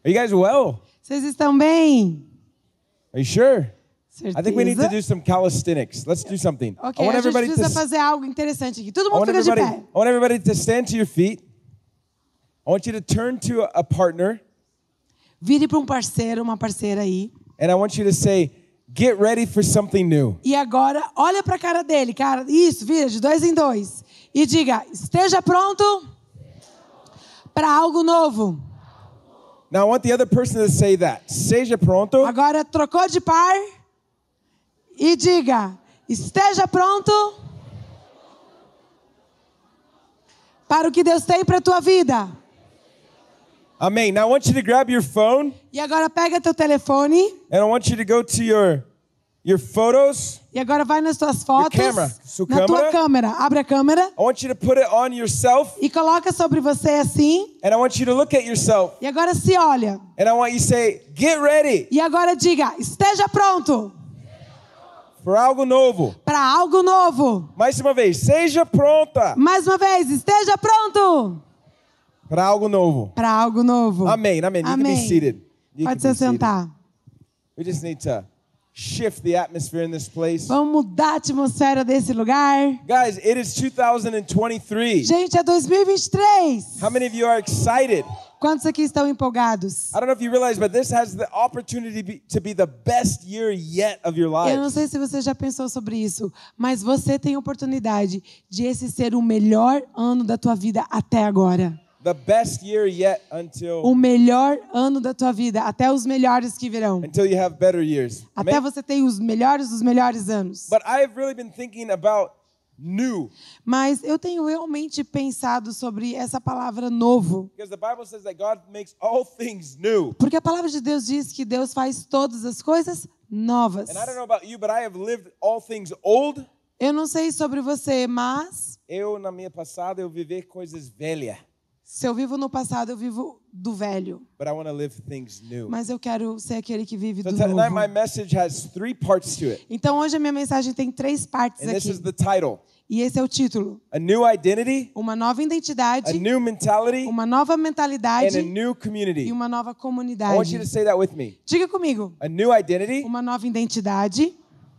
Are you guys well? Vocês estão bem? Are you sure? Certeza? I think we need to do some calisthenics. Let's do something. Ok, a gente precisa fazer algo interessante aqui. Todo I mundo want fica de everybody, pé. I want everybody to stand to your feet. I want you to turn to a partner. Vire para um parceiro, uma parceira aí. And I want you to say, get ready for something new. E agora, olha para a cara dele, cara. Isso, vira de 2 em 2. E diga, esteja pronto para algo novo. Now I want the other person to say that. Seja pronto. Agora, trocou de par. E diga, esteja pronto para o que Deus tem para a tua vida. Amen. Now I want you to grab your phone. E agora pega teu telefone. And I want you to go to your photos. E agora vai nas tuas fotos. Camera. Na tua câmera. Abre a câmera. I want you to put it on yourself. E coloca sobre você assim. And I want you to look at yourself. E agora se olha. And I want you to say, get ready. E agora diga, esteja pronto. Para algo novo. Para algo novo. Mais uma vez, seja pronta. Mais uma vez, esteja pronto. Para algo novo. Para algo novo. Amen. Amen. You can be seated. You Pode can se be seated. sentar. We just need to shift the atmosphere in this place. Vamos mudar a atmosfera desse lugar. Guys, it is 2023. Gente, é 2023. How many of you are excited? Quantos aqui estão empolgados? I don't know if you realize, but this has the opportunity to be the best year yet of your Eu não lives. sei se você já pensou sobre isso, mas você tem a oportunidade de esse ser o melhor ano da tua vida até agora. The best year yet O melhor ano da tua vida, até os melhores que virão. until you have better years. Até Amen? você tem os melhores dos melhores anos. But I've really been thinking about new. Mas eu tenho realmente pensado sobre essa palavra novo. Because the Bible says that God makes all things new. Porque a palavra de Deus diz que Deus faz todas as coisas novas. And I don't know about you, but I have lived all things old. Eu não sei sobre você, mas Eu, na minha passada, eu vivi coisas velhas. se eu vivo no passado, eu vivo do velho. But I want to live things new. Mas eu quero ser aquele que vive So do tonight my novo. message has 3 parts to it. Então hoje a minha mensagem tem 3 partes And this is aqui. the title. E esse é o título. A new identity, Uma nova a identidade, new mentality, uma nova and mentalidade a new community. e uma nova I want you comunidade. to say that with me. Diga comigo. A new identity, Uma nova identidade,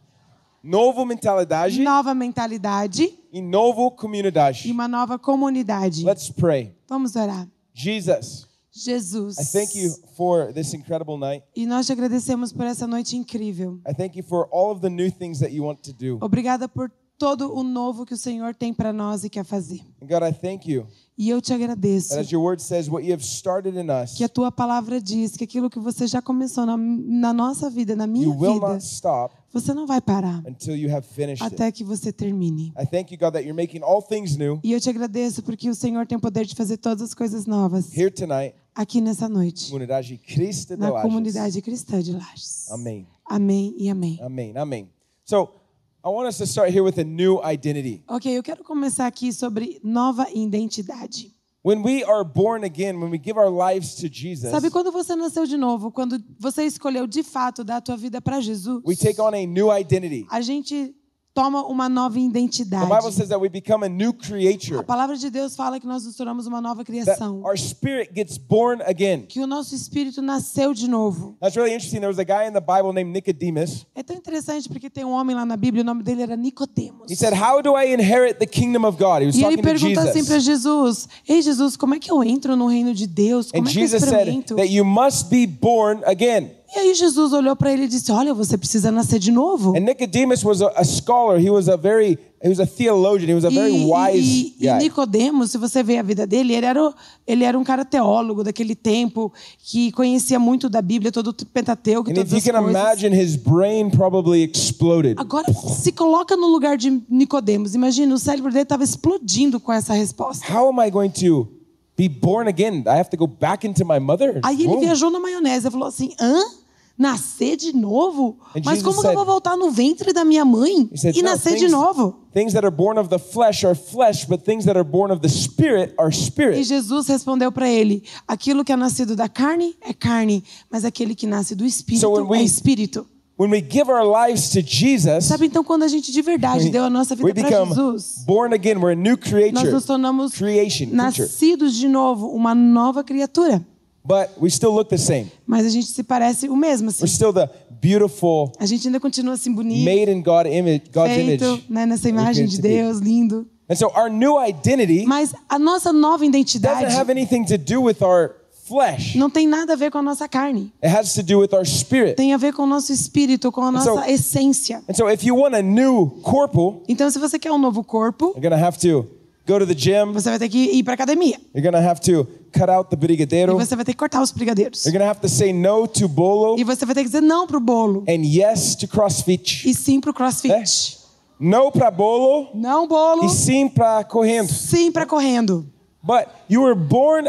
novo mentalidade nova mentalidade e novo e comunidade. uma nova comunidade. Let's pray. Vamos orar. Jesus, Jesus. I thank you for this incredible night. E nós te agradecemos por essa noite incrível. I thank you for all of the new things that you want to do. Obrigada por todo o novo que o Senhor tem para nós e quer fazer. And God, I thank you E eu te agradeço that as your word says, what you have started in us, que a tua palavra diz que aquilo que você já começou na nossa vida, na minha you will vida, not stop você não vai parar until you have finished it. até que você termine. I thank you, God, that you're making all things new E eu te agradeço porque o Senhor tem o poder de fazer todas as coisas novas here tonight. aqui nessa noite, Comunidade Cristo de na Lages. comunidade cristã de Lages. Amém. Amém e amém. Amen. Amen. So, I want us to start here with a new identity. Ok, eu quero começar aqui sobre nova identidade. When we are born again, when we give our lives to Jesus, Sabe quando você nasceu de novo, quando você escolheu de fato dar a tua vida para Jesus, we take on a new identity. a gente toma uma nova The Bible identidade. says that we become a new A creature, palavra de Deus fala que nós nos tornamos uma nova that criação, our spirit gets born again. que o nosso espírito nasceu de novo. That's really interesting. There was a guy in the Bible named Nicodemus. É tão interessante porque tem um homem lá na Bíblia, o nome dele era Nicodemos. He said, "How do I inherit the kingdom of God?" He was E ele talking to pergunta assim para Jesus. Jesus: Ei, Jesus, como é que eu entro no reino de Deus? And Como é que eu Jesus said experimento? that you must be born again. E aí Jesus olhou para ele e disse: Olha, você precisa nascer de novo. And Nicodemus was a scholar. He was a theologian. He was a very wise E guy. Nicodemos, se você vê a vida dele, ele era um cara teólogo daquele tempo, que conhecia muito da Bíblia, todo o Pentateuco, And todas if you as can coisas. imagine, his brain probably exploded. Agora, se coloca no lugar de Nicodemos. Imagina, o cérebro dele estava explodindo com essa resposta. How am I going to be born again? I have to go back into my mother's Aí ele womb. viajou na maionese e falou assim: Hã? Nascer de novo? And Mas Jesus como que eu said- vou voltar no ventre da minha mãe He said, e "No, nascer de novo? things that are born of the flesh are flesh, but things that are born of the spirit are E spirit." Jesus respondeu para ele: aquilo que é nascido da carne é carne, mas aquele que nasce do espírito So when we- é espírito. When we give our lives to Jesus, Sabe, então, quando a gente de verdade deu a nossa we vida para become Jesus, born again. We're a new nós creature. nos tornamos Creation, creature. nascidos de novo, uma nova criatura. but we still look the same. Mas a gente se parece o mesmo, assim. We're still the beautiful, A gente ainda continua assim bonito, made in God's feito, image. né, nessa imagem de Deus, lindo. And so our new identity Mas a nossa nova doesn't identidade have anything to do with our flesh. não tem nada a ver com a nossa carne. It has to do with our spirit. Tem a ver com o nosso espírito, com a nossa essência. And so if you want a new corpo, Então, se você quer um novo corpo, you're going to have to go to the gym. você vai ter que ir para academia. You're going to have to cut out the E brigadeiro. você vai ter que cortar os brigadeiros. You're going to have to say no to bolo E você vai ter que dizer não pro bolo and yes to CrossFit. e sim pro CrossFit. No para bolo Não bolo, e sim para correndo. sim para correndo. But you were born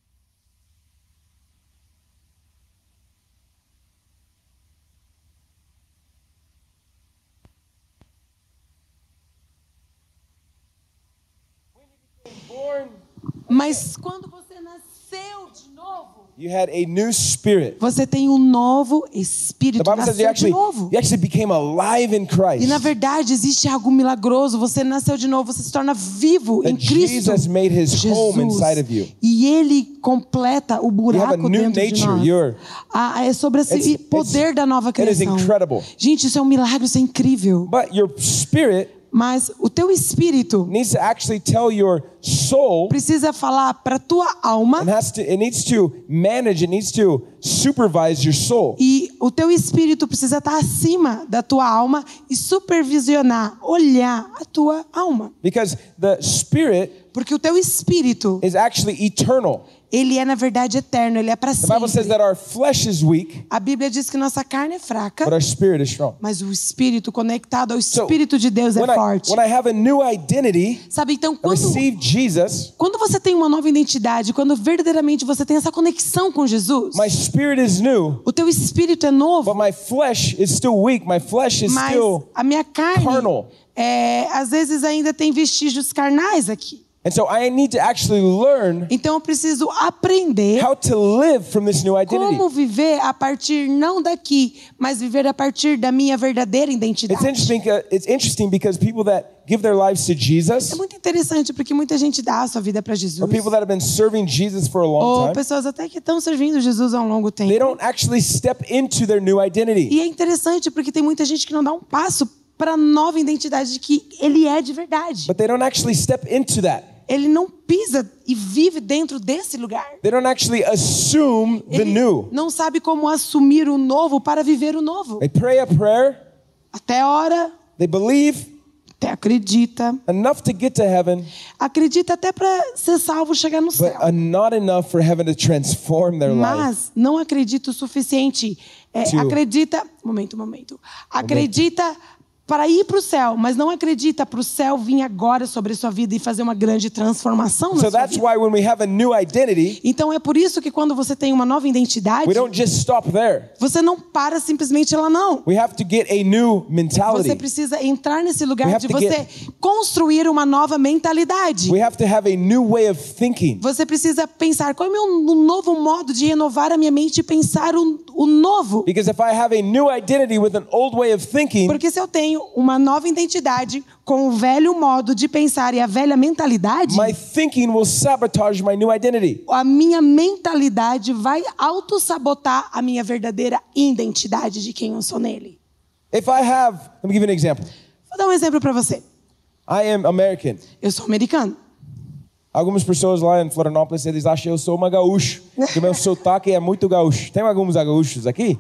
Mas quando você nasceu de novo, you had a new spirit. você tem um novo espírito, The Bible says nasceu de novo. you actually became alive in E na Christ. verdade existe algo milagroso. Você nasceu de novo, você se torna vivo em That Cristo. Jesus made his home inside of you. E Ele completa o You have a buraco new dentro de nature. nós. You're É sobre esse poder da nova it is criação. incredible. Gente, isso é um milagre, isso é incrível. But your spirit Mas o teu espírito needs to actually tell your soul precisa falar para tua alma. it needs to manage, it needs to supervise your soul. E o teu espírito precisa estar acima da tua alma e supervisionar, olhar a tua alma. Because the spirit Porque o teu espírito, is actually eternal. ele é na verdade eterno, ele é para The Bible says sempre. that our flesh is weak, A Bíblia diz que nossa carne é fraca, but our spirit is strong. mas o espírito conectado ao Espírito de Deus é forte. when I have a new identity, Sabe, então I receive Jesus, quando você tem uma nova identidade, quando verdadeiramente você tem essa conexão com Jesus, my spirit is new, o teu espírito é novo, but my flesh is still weak. My flesh is mas still a minha carne, carnal. às vezes ainda tem vestígios carnais aqui. And so I need to actually learn Então eu preciso aprender how to live from this new identity. como viver a partir não daqui, mas viver a partir da minha verdadeira identidade. It's interesting because people that give their lives to É Jesus, muito interessante porque muita gente dá a sua vida para Jesus. or people that have been serving Jesus for a long Ou time, pessoas até que estão servindo Jesus há um longo tempo. they don't actually step into their new identity. E é interessante porque tem muita gente que não dá um passo para a nova identidade de que ele é de verdade. But they don't actually step into that. Ele não pisa e vive dentro desse lugar. They don't actually assume the Ele new. não sabe como assumir o novo para viver o novo. They pray a prayer, Até ora, they believe até acredita. enough to get to heaven, Acredita até para ser salvo, chegar no but céu. not enough for heaven to transform their life. Mas não acredita o suficiente. Acredita. Momento. Acredita para ir para o céu, mas não acredita para o céu vir agora sobre a sua vida e fazer uma grande transformação na So sua that's vida. why when we have a new identity, Então é por isso que quando você tem uma nova identidade, we don't just stop there. você não para simplesmente lá não. We have to get a new Você mentality. precisa entrar nesse We lugar have de to você construir uma nova mentalidade. We have to have a new way of thinking. Você precisa pensar qual é um novo modo de renovar a minha mente e pensar o novo. Because if I have a new identity with an old way of thinking, Porque se eu tenho uma nova identidade com o velho modo de pensar e a velha mentalidade, my thinking will sabotage my new identity. a minha mentalidade vai autossabotar a minha verdadeira identidade de quem eu sou nele. If I have, let me give you an example. Vou dar um exemplo para você. I am American. Eu sou americano. Algumas pessoas lá em Florianópolis, eles acham que eu sou uma gaúcho. Que meu sotaque é muito gaúcho. Tem alguns gaúchos aqui?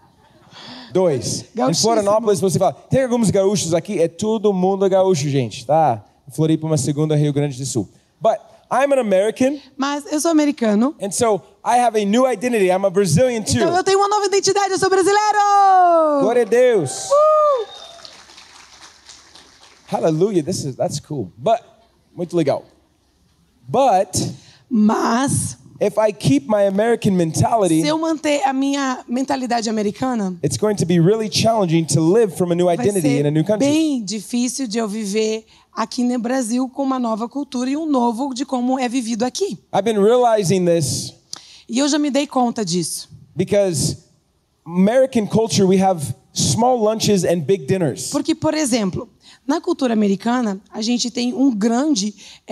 2. Em Gauchíssimo. Florianópolis, você fala, tem alguns gaúchos aqui? É todo mundo gaúcho, gente, tá? Floripa, uma segunda, Rio Grande do Sul. But I'm an American, Mas eu sou americano. and so I have a new identity. I'm a Brazilian too. Então eu tenho uma nova identidade, eu sou brasileiro! Glória a Deus. Hallelujah. That's cool. But muito legal. But Mas if I keep my American mentality, se eu manter a minha mentalidade americana, it's going to be really challenging to live from a new vai identity in a ser new country. bem difícil de eu viver aqui no Brasil com uma nova cultura e um novo de como é vivido aqui. I've been realizing this E eu já me dei conta disso. because American culture, we have small lunches and big dinners. Porque, por exemplo, na cultura americana, a gente tem um grande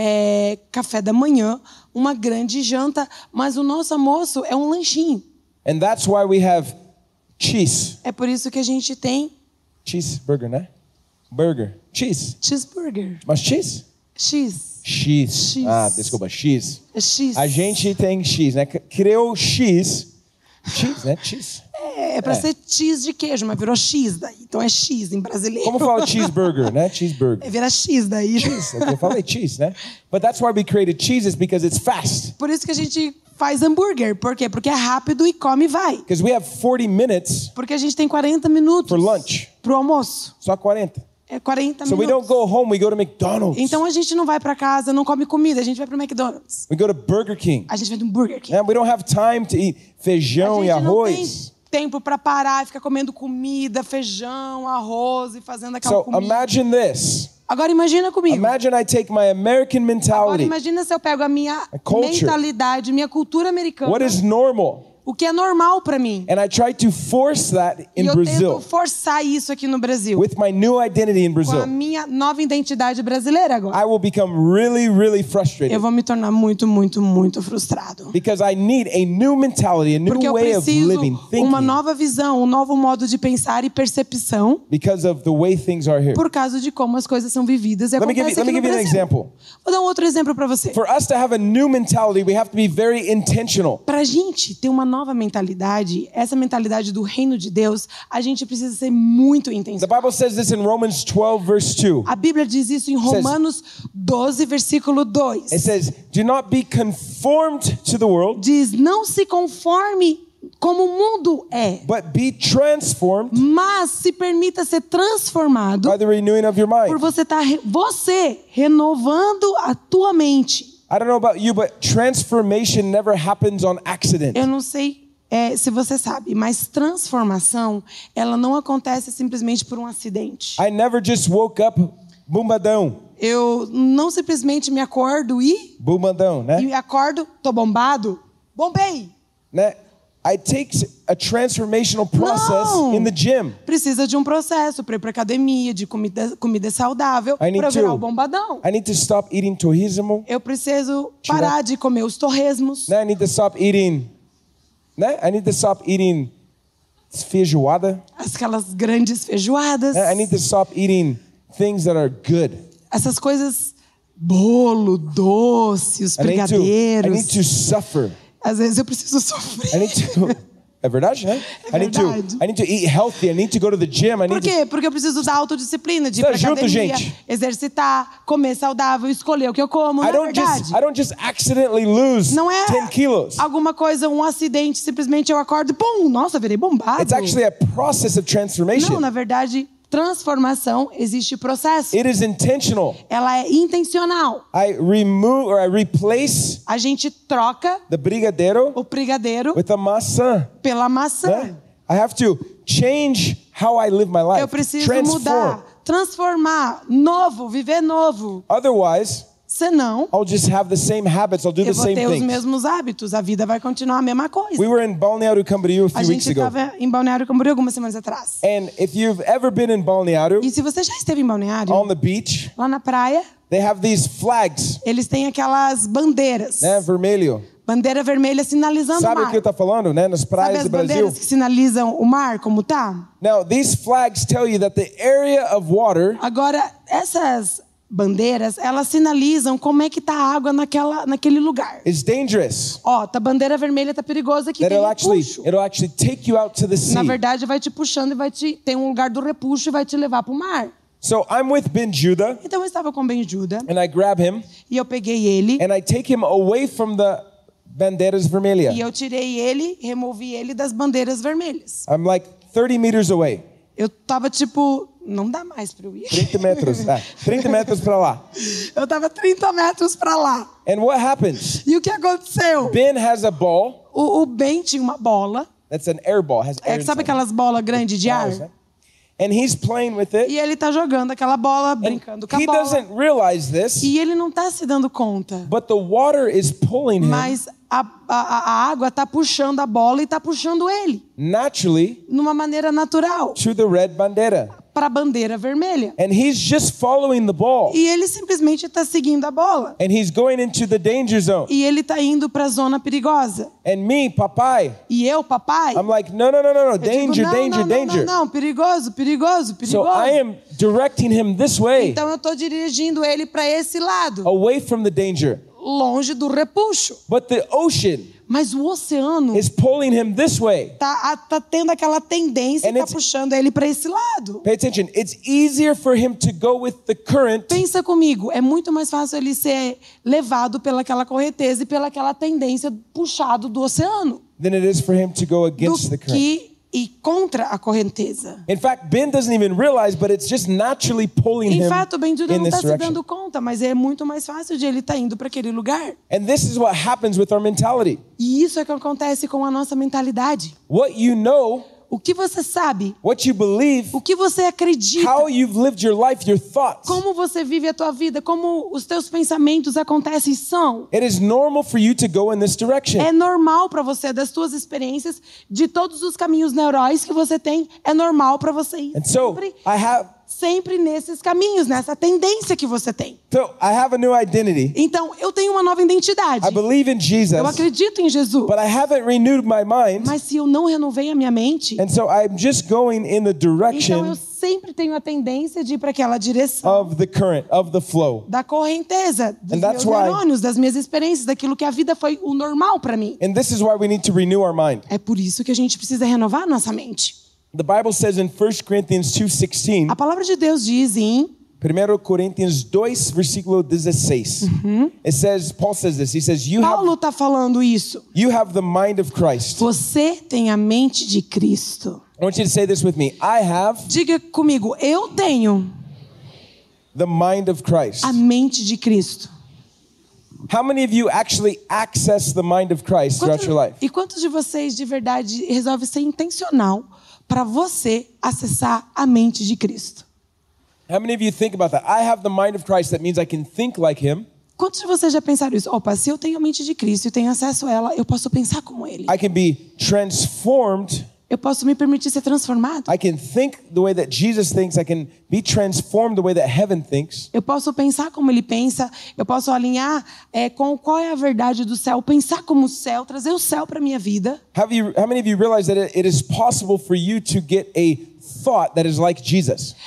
café da manhã, uma grande janta, mas o nosso almoço é um lanchinho. And that's why we have cheese. É por isso que a gente tem Cheeseburger, né? Burger. Cheese. cheeseburger. Mas cheese? X. X. X. Ah, desculpa, X. É X. A gente tem X, né? Criou X. Cheese, né? Cheese. É pra ser cheese de queijo, mas virou X daí. Então é X em brasileiro. Como fala cheeseburger, né? Cheeseburger. Vira X daí. Cheese. Eu falei cheese, né? But that's why we created cheese is because it's fast. Por isso que a gente faz hambúrguer. Por quê? Porque é rápido e come e vai. Because we have 40 minutes Porque a gente tem 40 minutos for lunch. pro almoço. Só 40. É 40 So we minutos. don't go home, we go to McDonald's. Então a gente não vai pra casa, não come comida, a gente vai pro McDonald's. We go to Burger King. A gente vai no Burger King. And we don't have time to eat feijão A e gente não tem arroz. tempo pra parar e ficar comendo comida, feijão, arroz e fazendo aquela So comida. imagine this. Agora imagina comigo. Imagine I take my American Agora mentality. imagina se eu pego a minha culture. mentalidade, minha cultura americana, What is normal? o que é normal pra mim. And I try to force that E in eu Brazil. tento forçar isso aqui no Brasil. With my new identity in Com a Brazil. minha nova identidade brasileira agora. I will become really, really frustrated. Eu vou me tornar muito, muito, muito frustrado. Because I need a new mentality, a new Porque eu way of preciso living, uma thinking. nova visão, um novo modo de pensar e percepção Because of the way things are here. por causa de como as coisas são vividas e Let me give acontecem aqui no you an Brasil. example. Vou dar um outro exemplo para você. For us to have a new mentality, we have to be very intentional. Para a gente ter uma nova mentalidade, essa mentalidade do reino de Deus, a gente precisa ser muito The intencional. Bible says this in Romans 12, verse 2. A Bíblia diz isso em Romanos 12, versículo 2. It says, do not be conformed to the world, Diz, não se conforme como o mundo é, but be transformed mas se permita ser transformado by the renewing of your por mind. você estar renovando a tua mente. I don't know about you, but transformation never happens on accident. Eu não sei se você sabe, mas transformação, ela não acontece simplesmente por um acidente. I never just woke up, bombadão, Eu não simplesmente me acordo bombadão, né? e acordo, tô bombado, bombei. Né? It takes a transformational process Não. in the gym. Precisa de um processo para ir para academia, de comida saudável, I need para virar to- o bombadão. I need to stop eating torresmo. Eu preciso parar de comer os torresmos. Né? I need to stop eating. Né? I need to stop eating feijoada. Aquelas grandes feijoadas. Né? I need to stop eating things that are good. Essas coisas, bolo, doce, os I need brigadeiros. to suffer. Às vezes eu preciso I sofrer. need to. É verdade, né? É I need verdade. to eat healthy. I need to go to the gym. I Por need to, quê? Porque eu preciso da autodisciplina, de ir Tá pra junto, academia, gente? exercitar, comer saudável, escolher o que eu como, não é verdade? I don't just accidentally lose Não é 10 kilos. alguma coisa, um acidente, simplesmente eu acordo e pum, nossa, virei bombado. It's actually a process of transformation. Não, na verdade, transformação existe processo. It is intentional. Ela é intencional. I remove or I replace A gente troca the brigadeiro o brigadeiro with a maçã. pela maçã. Né? I have to change how I live my life. Eu preciso Transform. mudar, transformar, novo, viver novo. Otherwise, Senão, I'll just have the same habits. I'll do the eu vou same ter os things. mesmos hábitos. A vida vai continuar a mesma coisa. We were in Balneário Camboriú a A few weeks gente ago. estava em Balneário Camboriú algumas semanas atrás. And if you've ever been in Balneário, E se você já esteve em Balneário, on the beach, lá na praia, they have these flags, eles têm aquelas bandeiras. né, vermelho. Bandeira vermelha sinalizando Sabe o o mar. que eu tô falando, né, nas Sabe praias as do Brasil? bandeiras que sinalizam o mar, como tá? Now, these flags tell you that the area of water Agora, essas bandeiras, elas sinalizam como é que tá a água naquele lugar. is dangerous. Ó, tá bandeira vermelha, tá perigosa aqui, That tem it'll repuxo. actually take you out to the sea. Na verdade, vai te puxando e tem um lugar do repuxo e vai te levar pro mar. So I'm with Ben Judah, Então eu estava com Ben Judah and I grab him, e eu peguei ele and I take him away from the bandeiras vermelhas. e eu tirei ele, removi ele das bandeiras vermelhas. I'm like 30 meters away. Eu tava tipo, não dá mais pra eu ir. 30 metros. 30 metros para lá. Eu tava 30 metros pra lá. And what happens? E o que aconteceu? Ben has a ball. O Ben tinha uma bola. That's an air ball. Has air Sabe inside. aquelas bolas grandes de ar? Balls, né? And he's playing with it. E ele tá jogando aquela bola, And brincando com a he bola. doesn't realize this, E ele não tá se dando conta. but the water is pulling him Mas a água está puxando a bola e está puxando ele, naturally, numa maneira natural, to the red bandera. para a bandeira vermelha. And he's just following the ball. E ele simplesmente está seguindo a bola. And he's going into the danger zone. E ele está indo para a zona perigosa. And me, papai, E eu, papai, I'm like, no, eu danger, digo, danger, danger. Não, perigoso, perigoso, perigoso. So I am directing him this way, Então eu estou dirigindo ele para esse lado, away from the danger. longe do repuxo. But the ocean Mas o oceano is pulling him this way. tá tendo aquela tendência And e tá it's- puxando ele para esse lado. Pay attention. It's easier for him to go with the current Pensa comigo, é muito mais fácil ele ser levado pelaquela correnteza e pelaquela tendência puxado do oceano than it is for him to go do against the current. que ir contra a correnteza. In fact, Ben doesn't even realize, but it's just naturally pulling Em him fato, o Benjudo in não this está se direction. dando conta, mas é muito mais fácil de ele estar indo para aquele lugar. And this is what happens with our mentality. E isso é que acontece com a nossa mentalidade. What you know, O que você sabe, what you believe, o que você acredita, how you've lived your life, your thoughts. como você vive a tua vida, como os teus pensamentos acontecem e são. It is normal for you to go in this direction. É normal para você, das tuas experiências, de todos os caminhos neurais que você tem, é normal para você ir And so sempre nesses caminhos, nessa tendência que você tem. I have a new identity. Então, eu tenho uma nova identidade. I believe in Jesus, Eu acredito em Jesus. but I haven't renewed my mind. Mas se eu não renovei a minha mente, And so I'm just going in the então eu direction sempre tenho a tendência de ir para aquela direção of the current, of the flow. da correnteza, dos And that's meus why- neurônios, das minhas experiências, daquilo que a vida foi o normal para mim. And this is why we need to renew our mind. É por isso que a gente precisa renovar a nossa mente. The Bible says in 1 Corinthians 2:16, A palavra de Deus diz em 1 Coríntios 2, versículo 16. It says, Paul says this. He says, Paulo está falando isso. you have the mind of Christ. Você tem a mente de Cristo. I want you to say this with me. I have Diga comigo, eu tenho the mind of Christ. a mente de Cristo. How many of you actually access the mind of Christ throughout your life? E quantos de vocês de verdade resolve ser intencional para você acessar a mente de Cristo? How many of you think about that? I have the mind of Christ. That means I can think like him. Quantos de vocês já pensaram isso? Opa, se eu tenho a mente de Cristo e tenho acesso a ela, eu posso pensar como Ele. I can be transformed. Eu posso me permitir ser transformado. I can think the way that Jesus thinks. I can be transformed the way that heaven thinks. Eu posso pensar como Ele pensa. Eu posso alinhar com qual é a verdade do céu. Pensar como o céu, trazer o céu para minha vida. How many of you realize that it is possible for you to get a thought that is like Jesus?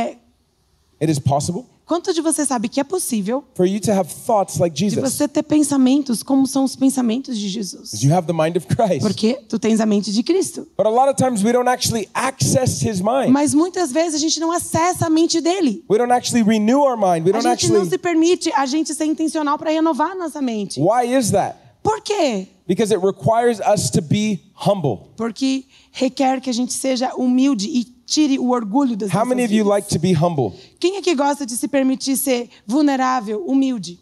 It is possible Quanto de você sabe que é possível for you to have thoughts like de Jesus? você ter pensamentos como são os pensamentos de Jesus? You have the mind of Christ. Porque tu tens a mente de Cristo. But a lot of times we don't actually access his mind. Mas muitas vezes a gente não acessa a mente dele. We don't actually renew our mind. We A don't gente não actually. se permite a gente ser intencional para renovar a nossa mente. Why is that? Por quê? Because it requires us to be humble. Porque requer que a gente seja humilde e tire o orgulho das How nossas many of you vidas. like to be humble? Quem é que gosta de se permitir ser vulnerável, humilde?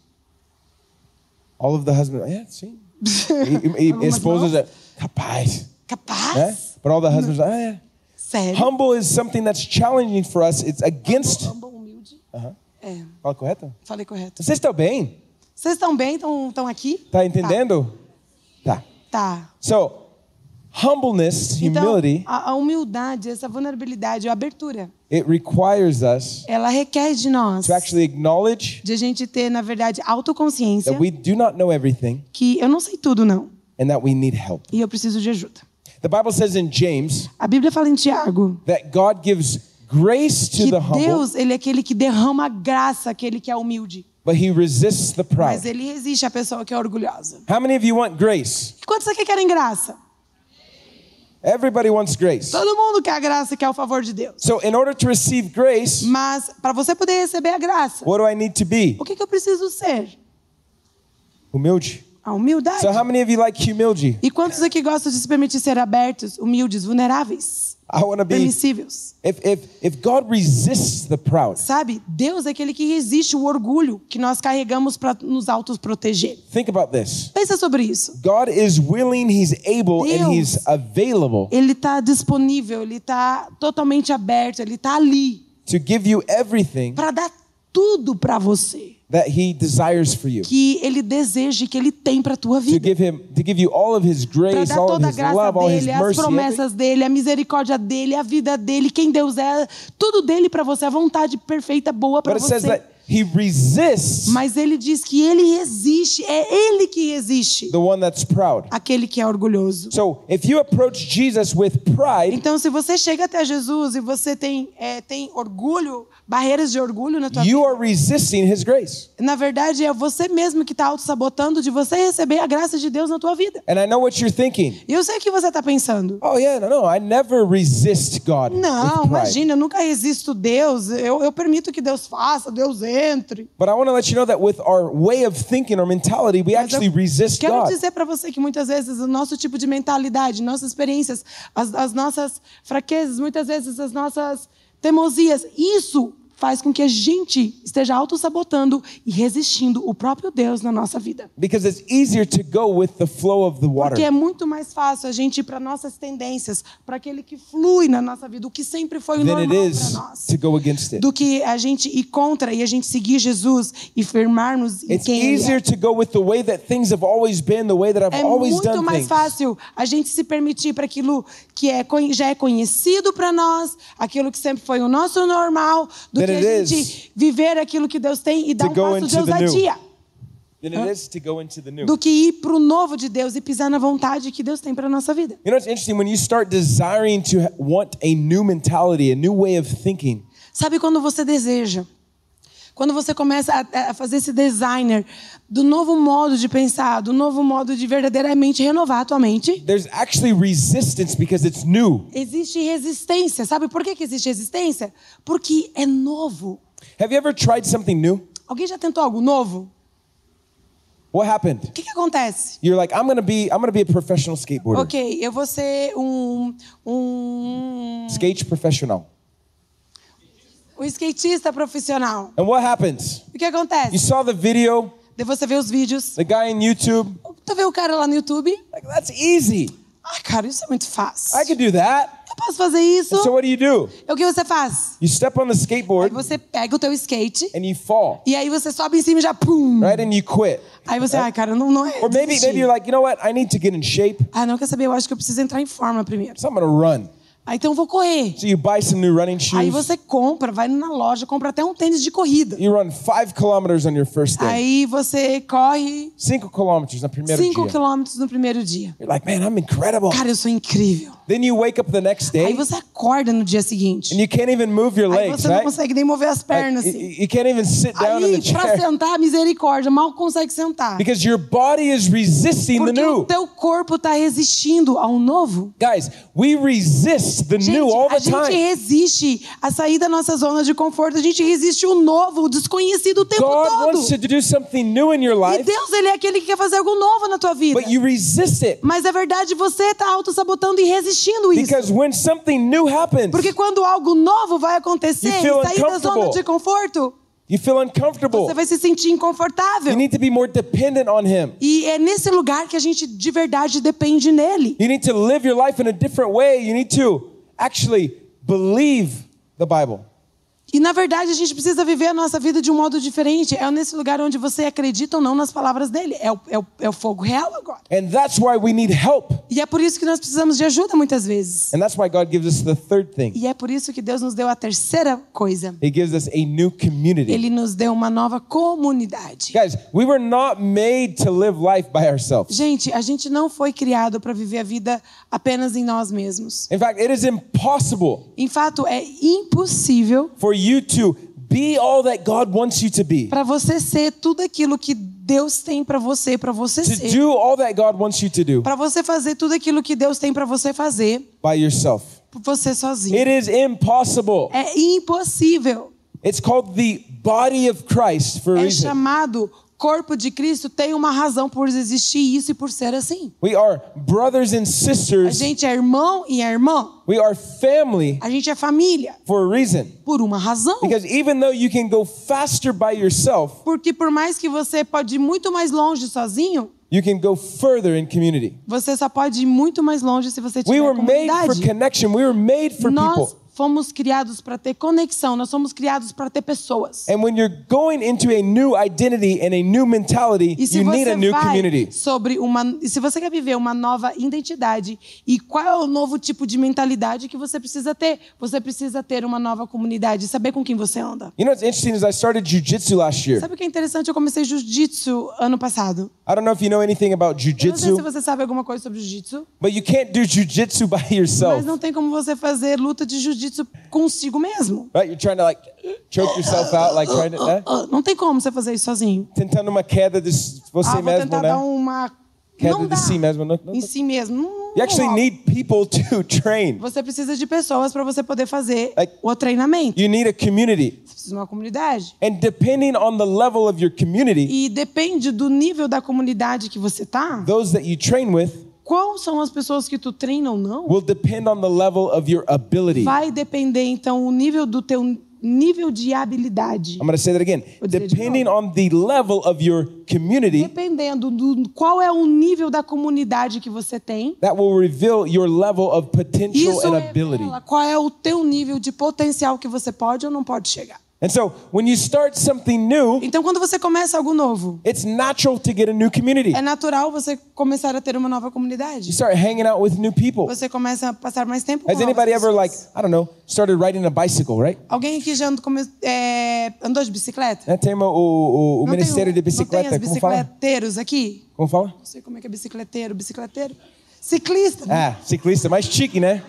All of the husbands, yeah, sim. E esposas, capaz. Capaz? Né? But all the husbands, yeah. Sério? Humble is something that's challenging for us. It's against. Humble, humilde? É, Fala correto? falei correto. Vocês estão bem? Vocês estão bem? Estão aqui? Tá entendendo? Tá. Tá. So, humbleness, Então, humility, a humildade, essa vulnerabilidade, a abertura, it requires us ela requer de nós to actually acknowledge de a gente ter, na verdade, autoconsciência that we do not know everything que eu não sei tudo, não. and that we need help. E eu preciso de ajuda. The Bible says in James A Bíblia fala em Tiago that God gives grace to que the humble, Deus, ele é aquele que derrama graça àquele que é humilde. but he resists the proud. Mas ele resiste à pessoa que é orgulhosa. How many of you want grace? E quantos aqui querem graça? Everybody wants grace. Todo mundo quer a graça e quer o favor de Deus. So in order to receive grace, Mas para você poder receber a graça, what do I need to be? o que eu preciso ser? Humilde. A humildade. So how many of you like humility? E quantos aqui gostam de se permitir ser abertos, humildes, vulneráveis, I want to be. permissíveis? If God resists the proud, Sabe, Deus é aquele que resiste o orgulho que nós carregamos para nos autoproteger. think about this. Pensa sobre isso. God is willing, He's able, and Deus. He's available Ele está disponível, ele está totalmente aberto, ele está ali to give you everything para dar tudo para você. that he desires for you. que ele deseja e que ele tem para tua To vida. give you all of his Para grace, dar all toda of a his graça love, all his dele, as mercy. promessas dele, a misericórdia dele, a vida dele, quem Deus é, tudo dele para você, a vontade perfeita, boa para But it says você. that he resists Mas ele diz que ele resiste, é ele que resiste, the one that's proud. aquele que é orgulhoso. So if you approach Jesus with pride, Então, se você chega até Jesus e você tem orgulho, barreiras de orgulho na tua vida, you are resisting his grace. na verdade é você mesmo que está auto-sabotando de você receber a graça de Deus na tua vida. And I know what you're thinking. E eu sei o que você está pensando. Oh yeah, no, I never resist God Não, with pride. imagina, eu nunca resisto Deus. Eu permito que Deus faça, Deus entre. But I want to let you know that with our way of thinking, our mentality, we actually resist Quero God. dizer para você que muitas vezes o nosso tipo de mentalidade, nossas experiências, as nossas fraquezas, muitas vezes as nossas teimosias, isso faz com que a gente esteja auto-sabotando e resistindo o próprio Deus na nossa vida. Because it's easier to go with the flow of the water. Porque é muito mais fácil a gente ir para nossas tendências, para aquele que flui na nossa vida, o que sempre foi o Than it normal para is nós. to go against it. Do que a gente ir contra e a gente seguir Jesus e firmarmos em It's quem Ele easier é. to go with the way that things have always been, the way that I've É always muito done mais things. fácil a gente se permitir para aquilo que já é conhecido para nós, aquilo que sempre foi o nosso normal, do Than que it a is gente viver aquilo que Deus tem e dar to um go passo into de the new. ousadia. Than it is to go into the new. Do que ir para o novo de Deus e pisar na vontade que Deus tem para nossa vida. You know, it's interesting when you start desiring to want a new mentality, a new way of thinking. Sabe quando você deseja? Quando você começa a fazer esse designer do novo modo de pensar, do novo modo de verdadeiramente renovar a tua mente, There's actually resistance because it's new. existe resistência. Sabe por que existe resistência? Porque é novo. Have you ever tried something new? Alguém já tentou algo novo? What happened? O que acontece? You're like, I'm gonna be a professional skateboarder. Ok, eu vou ser um Skate professional. skatista profissional. And what happens? O que You acontece? saw the video, Daí você vê os vídeos. the guy in YouTube. Tu vê o cara lá no YouTube. Like, that's easy. Ah, cara, isso é muito fácil. I could do that. Eu posso fazer isso. And so what do? E o que você faz? You step on the Aí skateboard você pega o teu skate and you fall, e aí você sobe em cima e já pum. right? And you quit. Aí você, ai, cara, não é. Or maybe desistir. you're like, you know what? I need to get in shape, Ah, não, quer saber? Eu acho que eu preciso entrar em forma primeiro. so I'm gonna run. Aí então eu vou correr. So you buy some new running Aí shoes. você compra, vai na loja, compra até um tênis de corrida. You run 5 kilometers on your first day. Aí você corre 5 kilometers na primeiro 5 dia. quilômetros no primeiro dia. You're like, man, I'm incredible. Cara, eu sou incrível. Then you wake up the next Aí day você acorda no dia seguinte. and you can't even move your Aí legs, você não right? consegue nem mover as pernas. Like, Assim. you can't even sit down in Aí, the pra chair sentar, misericórdia, mal consegue sentar. because your body is resisting the Porque o new. teu corpo tá resistindo ao novo. Guys, we resist the Gente, new all a the gente time. resiste a sair da nossa zona de conforto. A gente resiste o novo, o desconhecido o tempo God todo. wants to do something new in your E life, Deus, Ele é aquele que quer fazer algo novo na tua vida. but you resist it Mas a verdade, você está auto-sabotando e resistindo isso. because when something new happens, Porque quando algo novo vai acontecer, You feel e sair da zona uncomfortable. de conforto, you feel uncomfortable. você vai se sentir inconfortável. You need to be more dependent on Him. E é nesse lugar que a gente de verdade depende nele. You need to live your life in a different way. You need to actually believe the Bible. E na verdade a gente precisa viver a nossa vida de um modo diferente. É nesse lugar onde você acredita ou não nas palavras dele. É o fogo real agora. And that's why we need help. E é por isso que nós precisamos de ajuda muitas vezes. And that's why God gives us the third thing. E é por isso que Deus nos deu a terceira coisa. He gives us a new community. Ele nos deu uma nova comunidade. Guys, we were not made to live life by ourselves. Gente, a gente não foi criado para viver a vida apenas em nós mesmos. In fact, it is impossible Em fato, é impossível for you to be all that God wants you to be. para você ser tudo aquilo que Deus tem para você To ser. do all that God wants you to do Para você fazer tudo aquilo que Deus tem para você fazer by yourself. por você sozinho. It is impossible. É impossível. It's called the body of Christ for a É reason. chamado corpo de Cristo, tem uma razão por existir isso e por ser assim. We are brothers and A sisters. gente é irmão e é irmã. We are family A gente é família for a reason. por uma razão. Because even though you can go faster by yourself, Porque por mais que você pode ir muito mais longe sozinho, you can go further in community. você só pode ir muito mais longe se você We tiver were made for comunidade. connection. We were made for Nós people. fomos criados para ter conexão, nós somos criados para ter pessoas. And when you're going into a new identity and a new mentality, E se you need você a new community. e se você quer viver uma nova identidade, e qual é o novo tipo de mentalidade que você precisa ter? Você precisa ter uma nova comunidade, saber com quem você anda. You know what's interesting is I started jiu-jitsu last year. Sabe o que é interessante? Eu comecei jiu-jitsu ano passado. I don't know if you know anything about Eu não sei se jiu-jitsu, você sabe alguma coisa sobre jiu-jitsu, but you can't do jiu-jitsu by yourself. mas não tem como você fazer luta de jiu-jitsu consigo mesmo. Right? You're trying to like choke yourself out, like trying to, né? Não tem como você fazer isso sozinho. Tentando uma queda de você Vou mesmo, tentar né? dar uma... Queda Não de dá. si mesmo. Não, Em si mesmo. You actually need people to train. Você precisa de pessoas para você poder fazer Like, o treinamento. You need a community. Você precisa de uma comunidade. And depending on the level of your community, E depende do nível da comunidade que você tá. those that you train with Quais são as pessoas que tu treina ou não? will depend on the level of your ability. Vai depender então o nível do teu nível de habilidade. I'm going to say that again. Vou dizer de Depending novo. on the level of your community, Dependendo do qual é o nível da comunidade que você tem, that will reveal your level of potential isso and ability. revela qual é o teu nível de potencial que você pode ou não pode chegar. And so, when you start something new, Então, quando você começa algo novo, it's natural to get a new community. é natural você começar a ter uma nova You comunidade. start hanging out with new people. Você começa a passar mais tempo com Has novas anybody ever, pessoas. like, I don't know, started riding a bicycle, right? Alguém aqui já andou de bicicleta? Né? Tem o Não tem Ministério de não tem Bicicleta, os como fala? bicicleteiros aqui? Como fala? Não sei como é que é bicicleteiro. Ciclista. Ah, ciclista, mais chique, né?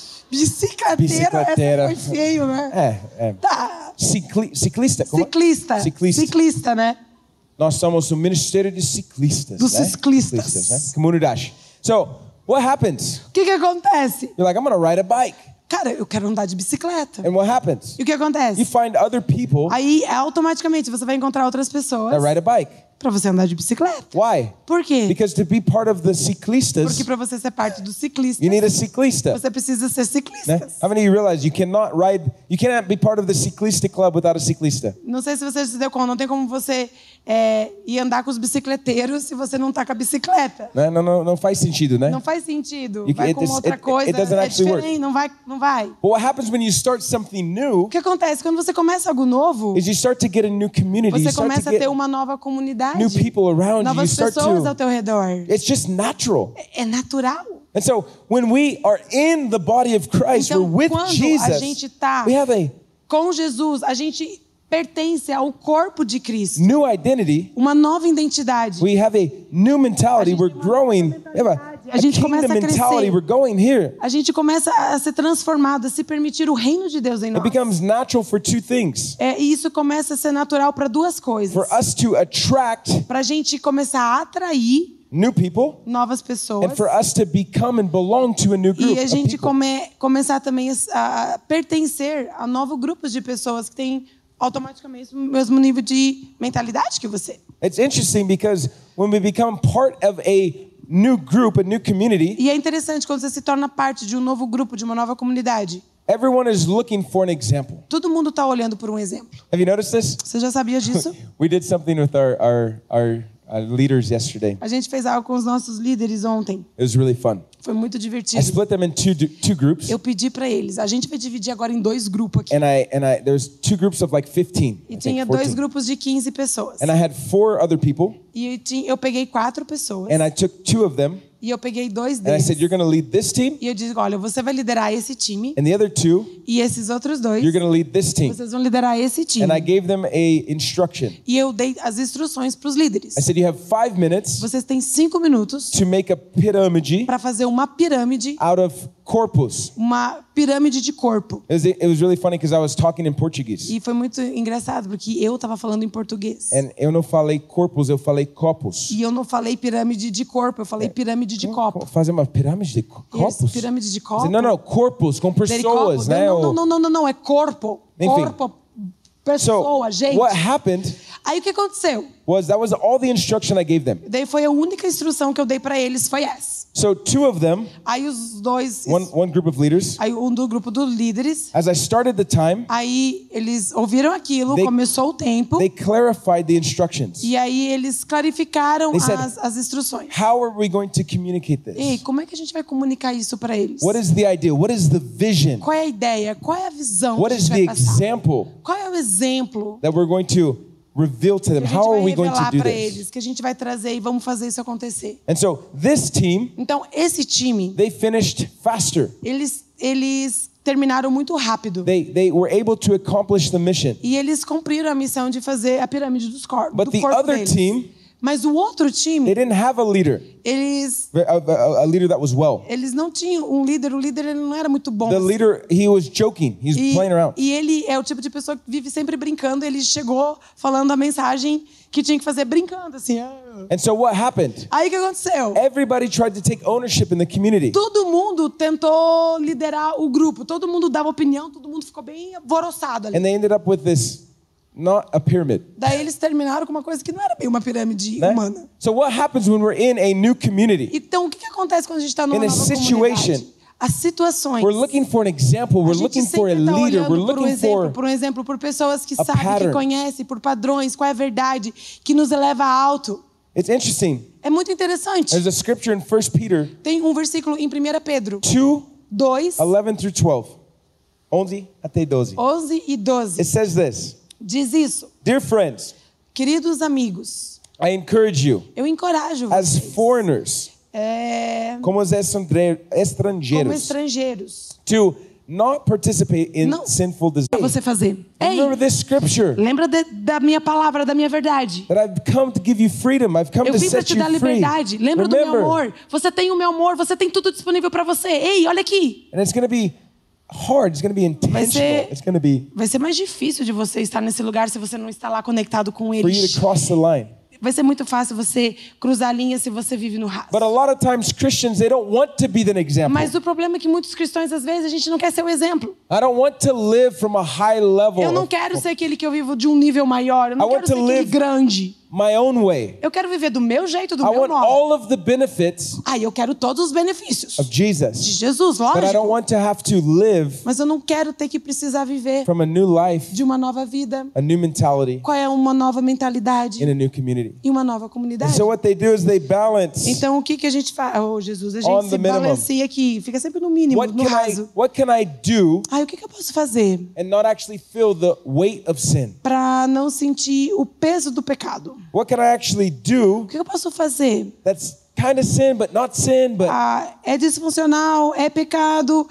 Bicicleteiro, essa foi feio, né? É. Tá. Ciclista. Como? Ciclista. Ciclista, né? Nós somos o Ministério de Ciclistas. Dos né? ciclistas. Né? Comunidade. So, what happens? O que acontece? You're like, I'm going to ride a bike. Cara, eu quero andar de bicicleta. And what happens? E o que acontece? You find other people Aí, automaticamente, você vai encontrar outras pessoas that ride a bike. pra você andar de bicicleta. Why? Por quê? Because to be part of the ciclistas, Porque pra você ser parte dos ciclistas, you need a ciclista. você precisa ser Né? ciclista. How many of you realize you cannot be part of the ciclista club without a ciclista? Não sei se você se deu conta, não tem como você ir andar com os bicicleteiros se você não tá com a bicicleta. Né? Não faz sentido, né? Não faz sentido. You- Vai it- com it- outra it- coisa, it doesn't é actually work. diferente, não vai. But what happens when you start something new O que acontece? Quando você começa algo novo, is you start to get a new community. You você start começa to a ter get uma nova comunidade, new people around you. You novas start pessoas ao to... teu redor. It's just natural. É natural. And so when we are in the body of Christ, Então, we're with quando a Jesus. gente tá We have a com Jesus, a gente pertence ao corpo de Cristo. new identity. Uma nova identidade. We have a new mentality. A gente We're tem uma nova growing. We have A gente começa kingdom a crescer. mentality. We're going here. A gente começa a ser transformado, a se permitir o reino de Deus em It nós. becomes natural for two things. E isso começa a ser natural para duas coisas. For us to attract Para a gente começar a atrair new people novas pessoas. and for us to become and belong to a new group E a of gente people. começar também a pertencer a novo grupo de pessoas que têm automaticamente o mesmo nível de mentalidade que você. It's interesting because when we become part of a new group, a new community, E é interessante quando você se torna parte de um novo grupo, de uma nova comunidade. everyone is looking for an example. Todo mundo está olhando por um exemplo. Have you noticed this? Você já sabia disso? We did something with our leaders yesterday. A gente fez algo com os nossos líderes ontem. It was really fun. Foi muito I divertido. split them in two groups, Eu pedi para eles. A gente vai dividir agora em dois grupos aqui. and there's two groups of like 15. E I tinha think, dois 14. grupos de 15 pessoas. And I had 4 other people, E eu peguei 4 pessoas. and I took 2 of them, E eu peguei 2 and I deles. said, "You're going to lead this team, E eu disse, olha, você vai liderar esse time. and the other 2, E esses outros 2, you're going to lead this team." vocês vão liderar esse time. And I gave them a instruction. E eu dei as instruções para os líderes. I said, "You have 5 minutes Vocês têm 5 minutos to make a pyramid para fazer uma pirâmide, out of corpus." uma pirâmide de corpo. It was really funny because I was talking in Portuguese. E foi muito engraçado, porque eu estava falando em português. And eu não falei corpus, eu falei copos. E eu não falei pirâmide de corpo, eu falei pirâmide de copo. Fazer uma pirâmide de copos? Isso, pirâmide de copo. Não, corpus, com Dele pessoas, copo. né? Não, é corpo. Enfim. Corpo, pessoa, So, gente. what happened Aí o que aconteceu? That was all the instruction I gave them. Daí foi a única instrução que eu dei para eles, foi essa. So two of them, Aí os dois, one group of leaders, aí um do grupo dos líderes, as I started the time, aí eles ouviram aquilo, They- começou o tempo, they clarified the instructions. e aí eles clarificaram They said, as instruções. How are we going to communicate Ei, this? como é que a gente vai comunicar isso para eles? What is the idea? What is the vision? Qual é a ideia? Qual é a visão What que a is gente the vai passar? example Qual é o exemplo that we're going to reveal to them? que a gente How vai are we going to revelar do para this? eles, que a gente vai trazer e vamos fazer isso acontecer? And so this team, Então, esse time, they finished faster. eles terminaram muito rápido. They were able to accomplish the mission. E eles cumpriram a missão de fazer a pirâmide dos corpos. But do the corpo other deles. team, Mas o outro time, they didn't have a leader, eles a leader that was well. não tinham um líder. O líder ele não era muito bom. The leader, he was joking. He was playing around. E ele é o tipo de pessoa que vive sempre brincando. Ele chegou falando a mensagem que tinha que fazer brincando, assim. And so what happened? Aí o que aconteceu? Everybody tried to take ownership in the community. Todo mundo tentou liderar o grupo. Todo mundo dava opinião. Todo mundo ficou bem alvoroçado ali. And they ended up with this, not a pyramid. Daí eles terminaram com uma coisa que não era bem uma pirâmide Né? humana. So what happens when we're in a new community? Então, o que acontece quando a gente está numa In a nova situation, comunidade? As situações. We're looking for an example. A We're gente looking for a sempre tá leader. olhando We're looking for por um exemplo, por pessoas que a sabem, pattern. que conhecem, por padrões, qual é a verdade, que nos eleva alto. It's interesting. É muito interessante. There's a scripture in 1 Peter Tem um versículo em 1 Pedro 2, 2, 11 through 12. 11 até 12. 11 e 12. It says this. Diz isso. Dear friends, Queridos amigos, I encourage you, eu encorajo as vocês, foreigners, como os como estrangeiros, estrangeiros, to not participate in Não. sinful pra desires. você fazer. Ei, Remember this scripture, lembra da minha palavra, da minha verdade. that I've come to give you freedom. I've come Eu to vim para set te you dar free. liberdade. Lembra do meu Remember, amor. Você tem o meu amor, você tem tudo disponível para você. Ei, olha aqui. and it's going to be hard. It's going to be intentional. It's going to be Vai ser mais difícil de você estar nesse lugar se você não está lá conectado com for ele. you to cross the line. Vai ser muito fácil você cruzar a linha se você vive no raso. But a lot of times Christians, they don't want to be the example. Mas o problema é que muitos cristãos, às vezes, a gente não quer ser o exemplo. I don't want to live from a high level. Eu não of quero ser aquele que eu vivo de um nível maior. Eu não I want quero ser to aquele live- grande. my own way. Eu quero viver do meu jeito, do I meu want modo. all of the benefits Eu quero todos os benefícios of de Jesus. Jesus, But I don't lógico. want to have to live Mas eu não quero ter que precisar viver from a new life, de uma nova vida. a new mentality Qual é uma nova mentalidade in a new community. e uma nova And comunidade? so what they do is they balance. Então, o que a gente faz? Oh, Jesus, a On gente the se minimum. balanceia aqui. Fica sempre no mínimo, no raso. What can I do O que eu posso fazer and not actually feel the weight of sin? para não sentir o peso do pecado? What can I actually do O que eu posso fazer? that's kind of sin but not sin, but É disfuncional, é pecado,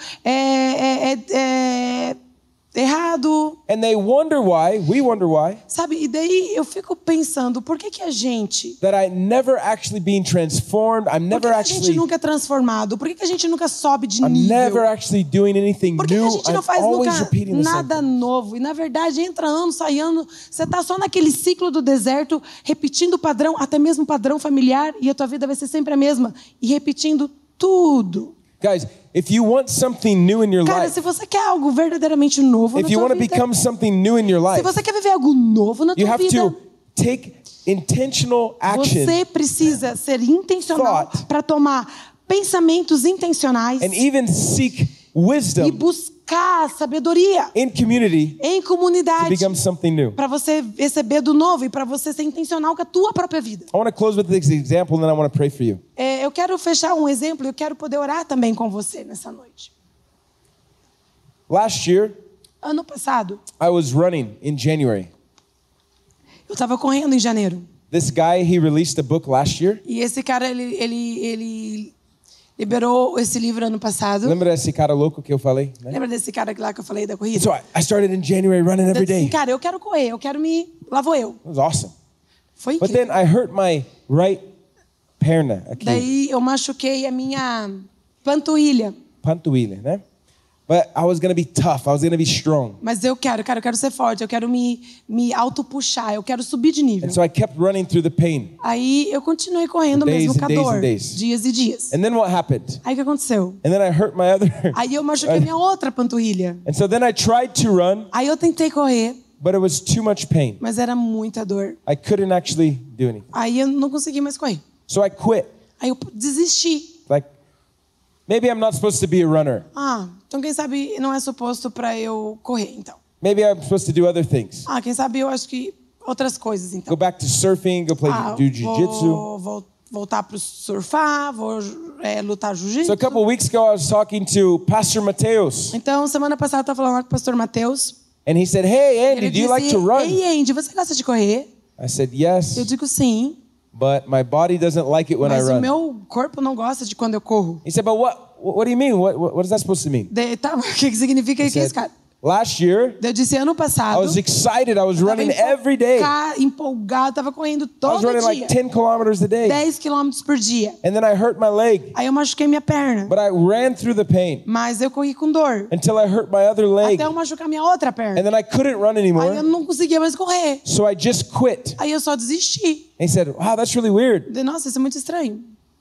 é errado. and they wonder why, we wonder why, Sabe? E daí eu fico pensando, por que a gente... that I never actually being transformed. I'm Por que never a gente actually nunca é transformado? Por que a gente nunca sobe de I'm never nível? actually doing anything Por que a new. gente não I'm faz always nunca repeating the same nada thing. novo? E na verdade, entra ano, sai ano, você está só naquele ciclo do deserto, repetindo o padrão, até mesmo o padrão familiar, e a tua vida vai ser sempre a mesma, e repetindo tudo. Guys, if you want something new in your Cara, life, se você quer algo verdadeiramente novo if na you tua want to vida, become something new in your se life, você quer viver algo novo na you tua have vida, to take intentional action você precisa ser intencional thought, para tomar pensamentos intencionais and even seek e wisdom buscar sabedoria in community em to comunidade become something new. para você receber do novo e para você ser intencional com a tua própria vida. I want to close with this example and then I want to pray for you. Eu quero fechar um exemplo e eu quero poder orar também com você nessa noite. Last year, Ano passado, I was running in January. eu estava correndo em janeiro. This guy, he released a book last year. E esse cara, ele liberou esse livro ano passado. Lembra desse cara louco que eu falei? Né? Lembra desse cara lá que eu falei da corrida? So I started in January running every Eu disse assim, day. cara, eu quero correr, eu quero me... Lá vou eu. It was awesome. Foi But incrível. then I hurt my right perna aqui. Daí eu machuquei a minha panturrilha. Panturrilha, né? But I was going to be tough. I was going to be strong. Mas eu quero ser forte, eu quero me auto-puxar, eu quero subir de nível. And so I kept running through the pain. Aí eu continuei correndo Days mesmo and com a days dor. and days. Dias e dias. And then what happened? Aí o que aconteceu? And then I hurt my other. Aí eu machuquei minha outra panturrilha. And so then I tried to run, Aí eu tentei correr, but it was too much pain. Mas era muita dor. I couldn't actually do anything. Aí eu não consegui mais correr. So I quit. Aí eu desisti. Like, maybe I'm not supposed to be a runner. Então quem sabe não é suposto para eu correr, então. Maybe I'm supposed to do other things. Quem sabe eu acho que outras coisas, então. Go back to surfing, go do jiu-jitsu. Vou voltar para surfar, vou lutar jiu-jitsu. So a couple weeks ago I was talking to Pastor Mateus. Então semana passada eu estava falando com o pastor Mateus. And he said, "Hey Andy, do you like to run?" Ei Andy, você gosta de correr? I said, "Yes." Eu digo sim. But my body doesn't like it when I Mas run. o meu corpo não gosta de quando eu corro. He said, "But what do you mean? What is that supposed to mean?" O que significa isso, cara? Last year, Eu disse ano passado. I was excited. I was running every day. Empolgado, tava correndo todo I was running dia. like 10 kilometers a day. 10 quilômetros por dia. And then I hurt my leg. Aí eu machuquei minha perna. But I ran through the pain Mas eu corri com dor. until I hurt my other leg. Até eu machucar minha outra perna. And then I couldn't run Aí eu anymore. não conseguia mais correr. So I just quit. Aí eu só desisti. And he said, "Wow, that's really weird. Nossa, isso é muito estranho.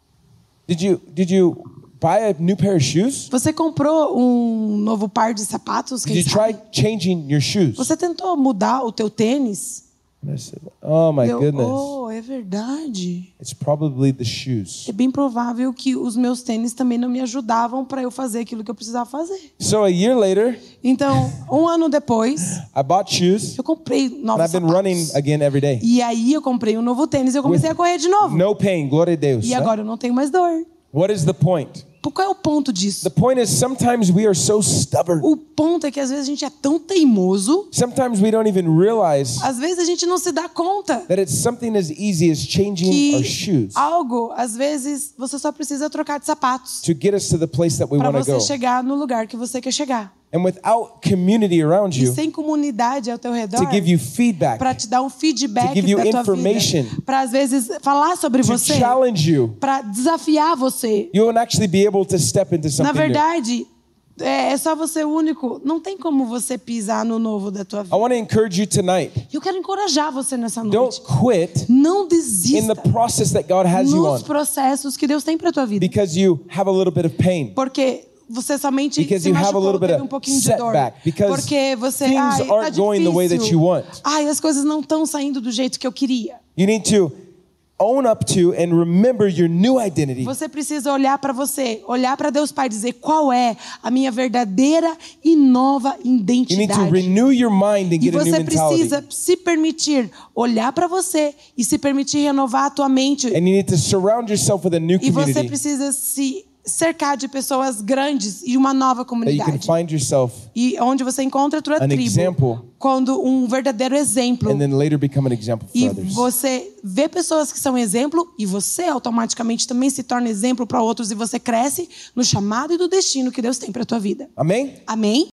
Did you buy a new pair of shoes? Você comprou um novo par de sapatos? Did you try changing your shoes?" Você tentou mudar o teu tênis? And I said, "Oh my goodness. É verdade. It's probably the shoes." É bem provável que os meus tênis também não me ajudavam para eu fazer aquilo que eu precisava fazer. So a year later, Então, um ano depois, I bought shoes eu comprei and novos I've been sapatos. running again every day. E aí eu comprei um novo tênis e eu comecei a correr de novo. No pain, glória a Deus. E agora eu não tenho mais dor. What is the point? Qual é o ponto disso? The point is sometimes we are so stubborn. O ponto é que às vezes a gente é tão teimoso, Sometimes we don't even realize às vezes a gente não se dá conta that it's something as easy as changing our que shoes às vezes você só precisa trocar de sapatos to get us to the place that we para want to você go. chegar no lugar que você quer chegar. And without community around E you sem comunidade ao teu redor, to give you feedback, para te dar um feedback to give you da tua information, vida, para às vezes falar sobre to você, challenge you, para desafiar você. you won't actually be able to step into Na something new. verdade, é só você único. Não tem como você pisar no novo da tua I vida. want to encourage you tonight. Eu quero encorajar você nessa Don't noite. quit Não in desista the process that God has you on nos processos que Deus tem para tua vida. because you have a little bit of pain. Porque você somente Because se you have a machucou, little bit teve of um pouquinho de dor. setback, because Porque você, things tá aren't going the way that difícil. you want. As coisas não estão saindo do jeito que eu queria. You need to own up to and remember your new identity. Você precisa olhar para você, olhar para Deus Pai e dizer qual é a minha verdadeira e nova You need to identidade. renew your mind and E get a new você precisa mentality. se permitir olhar para você e se permitir renovar a tua mente. And you need to surround yourself with a new E você community precisa se cercar de pessoas grandes e uma nova that you can comunidade. find yourself E onde você encontra a tua an tribo, example quando um verdadeiro exemplo. and then later become an example for E others. você vê pessoas que são exemplo e você automaticamente também se torna exemplo para outros e você cresce no chamado e do destino que Deus tem para tua vida. Amém? Amém?